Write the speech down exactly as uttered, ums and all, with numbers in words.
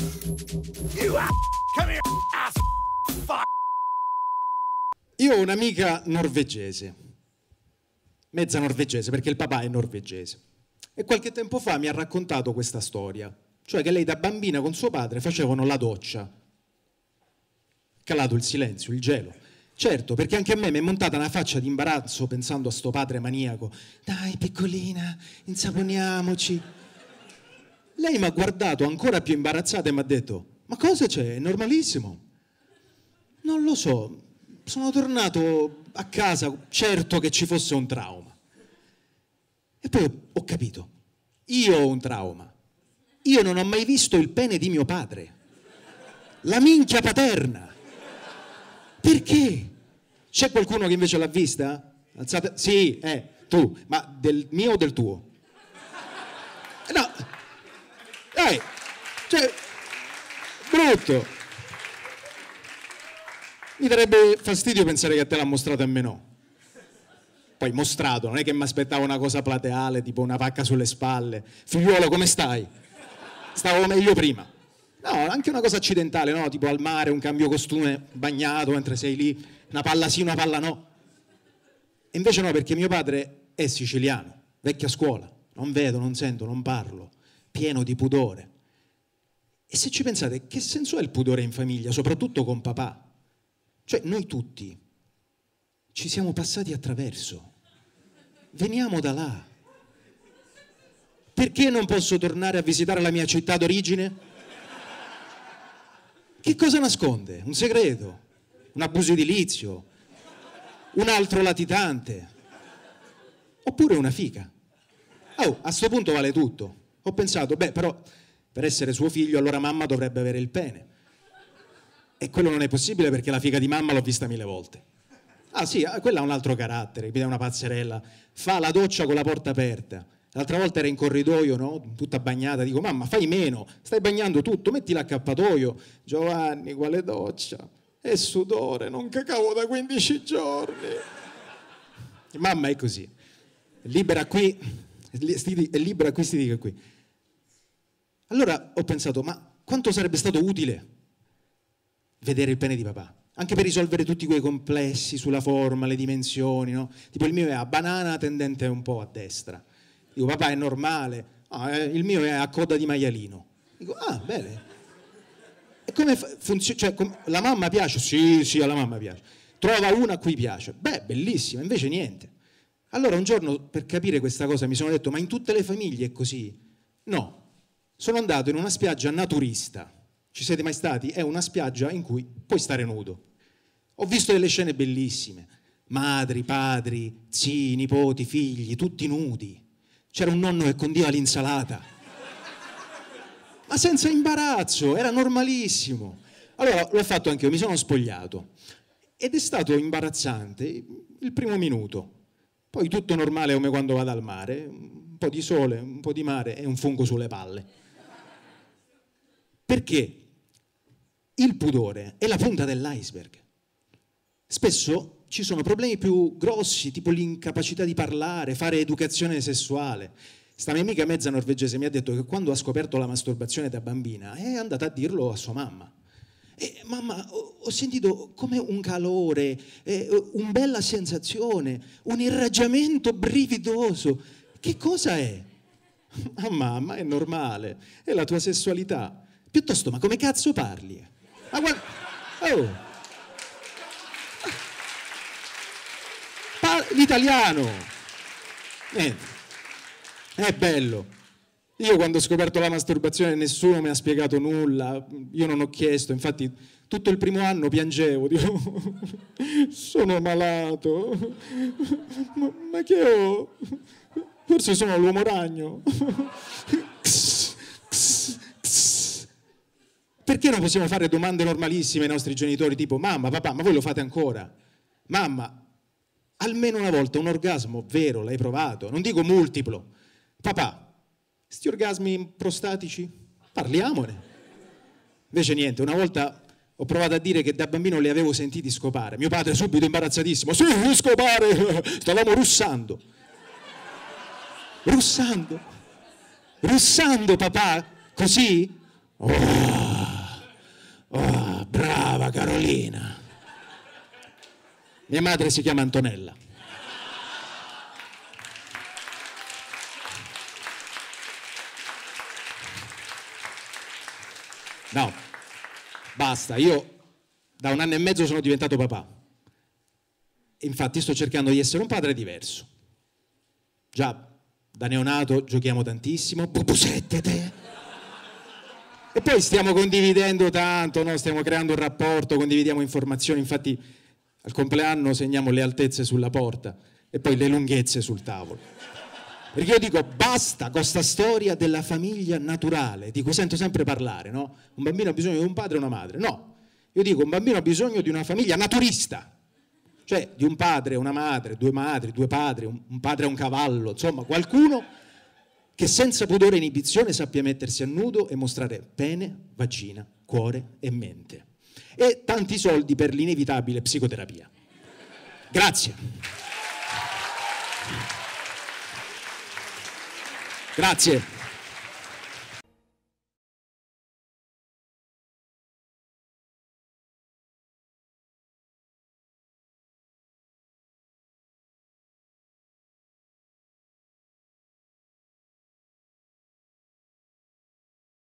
You come here, ass fuck. Io ho un'amica norvegese, mezza norvegese, perché il papà è norvegese. E qualche tempo fa mi ha raccontato questa storia, cioè che lei da bambina con suo padre facevano la doccia. Calato il silenzio, il gelo. Certo, perché anche a me mi è montata una faccia di imbarazzo pensando a sto padre maniaco. Dai, piccolina, insaponiamoci. Lei mi ha guardato ancora più imbarazzata e mi ha detto, ma cosa c'è? È normalissimo. Non lo so, sono tornato a casa certo che ci fosse un trauma. E poi ho capito, io ho un trauma. Io non ho mai visto il pene di mio padre. La minchia paterna. Perché? C'è qualcuno che invece l'ha vista? Alzate... Sì, eh, tu, ma del mio o del tuo? No, dai, cioè, brutto. Mi darebbe fastidio pensare che a te l'ha mostrato e a me no. Poi mostrato, non è che mi aspettavo una cosa plateale, tipo una pacca sulle spalle. Figliuolo, come stai? Stavo meglio prima. No, anche una cosa accidentale, no? Tipo al mare, un cambio costume bagnato mentre sei lì, una palla sì, una palla no. E invece no, perché mio padre è siciliano, vecchia scuola, non vedo, non sento, non parlo, pieno di pudore. E se ci pensate, che senso ha il pudore in famiglia, soprattutto con papà? Cioè, noi tutti ci siamo passati attraverso, veniamo da là. Perché non posso tornare a visitare la mia città d'origine? Che cosa nasconde? Un segreto? Un abuso edilizio? Un altro latitante? Oppure una fica? Oh, a sto punto vale tutto. Ho pensato, beh, però per essere suo figlio allora mamma dovrebbe avere il pene. E quello non è possibile perché la figa di mamma l'ho vista mille volte. Ah sì, quella ha un altro carattere, è una pazzerella. Fa la doccia con la porta aperta. L'altra volta era in corridoio, no? Tutta bagnata, dico mamma fai meno, stai bagnando tutto, metti l'accappatoio. Giovanni, quale doccia? È sudore, non cacavo da quindici giorni. Mamma è così, è libera qui, è libera qui, si dica qui. Allora ho pensato, ma quanto sarebbe stato utile vedere il pene di papà? Anche per risolvere tutti quei complessi sulla forma, le dimensioni, no? Tipo il mio è a banana tendente un po' a destra. Dico, papà è normale. Ah, eh, il mio è a coda di maialino. Dico, ah, bene. E come funziona? Cioè, com la mamma piace? Sì, sì, alla mamma piace. Trova una a cui piace. Beh, bellissima, invece niente. Allora un giorno, per capire questa cosa, mi sono detto, ma in tutte le famiglie è così? No. Sono andato in una spiaggia naturista. Ci siete mai stati? È una spiaggia in cui puoi stare nudo. Ho visto delle scene bellissime. Madri, padri, zii, nipoti, figli, tutti nudi. C'era un nonno che condiva l'insalata, ma senza imbarazzo, era normalissimo. Allora l'ho fatto anche io, mi sono spogliato ed è stato imbarazzante il primo minuto, poi tutto normale come quando vado al mare, un po' di sole, un po' di mare e un fungo sulle palle. Perché il pudore è la punta dell'iceberg. Spesso ci sono problemi più grossi, tipo l'incapacità di parlare, fare educazione sessuale. Sta mia amica mezza norvegese mi ha detto che quando ha scoperto la masturbazione da bambina è andata a dirlo a sua mamma. E, mamma, ho, ho sentito come un calore, eh, una bella sensazione, un irraggiamento brividoso. Che cosa è? Ah, mamma, è normale, è la tua sessualità. Piuttosto, ma come cazzo parli? Ma guarda... Oh... L'italiano eh, è bello. Io quando ho scoperto la masturbazione nessuno mi ha spiegato nulla, io non ho chiesto, infatti tutto il primo anno piangevo, dico sono malato, ma, ma che ho? Forse sono l'uomo ragno. Perché non possiamo fare domande normalissime ai nostri genitori tipo mamma, papà, ma voi lo fate ancora? Mamma, almeno una volta un orgasmo vero l'hai provato? Non dico multiplo. Papà, sti orgasmi prostatici? Parliamone. Invece niente, una volta ho provato a dire che da bambino li avevo sentiti scopare. Mio padre subito imbarazzatissimo. Sì, scopare! Stavamo russando. Russando? Russando, papà? Così? Oh. Oh, brava Carolina. Mia madre si chiama Antonella. No, basta, io da un anno e mezzo sono diventato papà. Infatti sto cercando di essere un padre diverso. Già, da neonato giochiamo tantissimo, pupusette te. E poi stiamo condividendo tanto, no? Stiamo creando un rapporto, condividiamo informazioni, infatti al compleanno segniamo le altezze sulla porta e poi le lunghezze sul tavolo. Perché io dico basta con sta storia della famiglia naturale, di cui sento sempre parlare, no? Un bambino ha bisogno di un padre e una madre. No, io dico un bambino ha bisogno di una famiglia naturista, cioè di un padre e una madre, due madri, due padri, un, un padre e un cavallo, insomma qualcuno che senza pudore e inibizione sappia mettersi a nudo e mostrare pene, vagina, cuore e mente. E tanti soldi per l'inevitabile psicoterapia. Grazie. Grazie.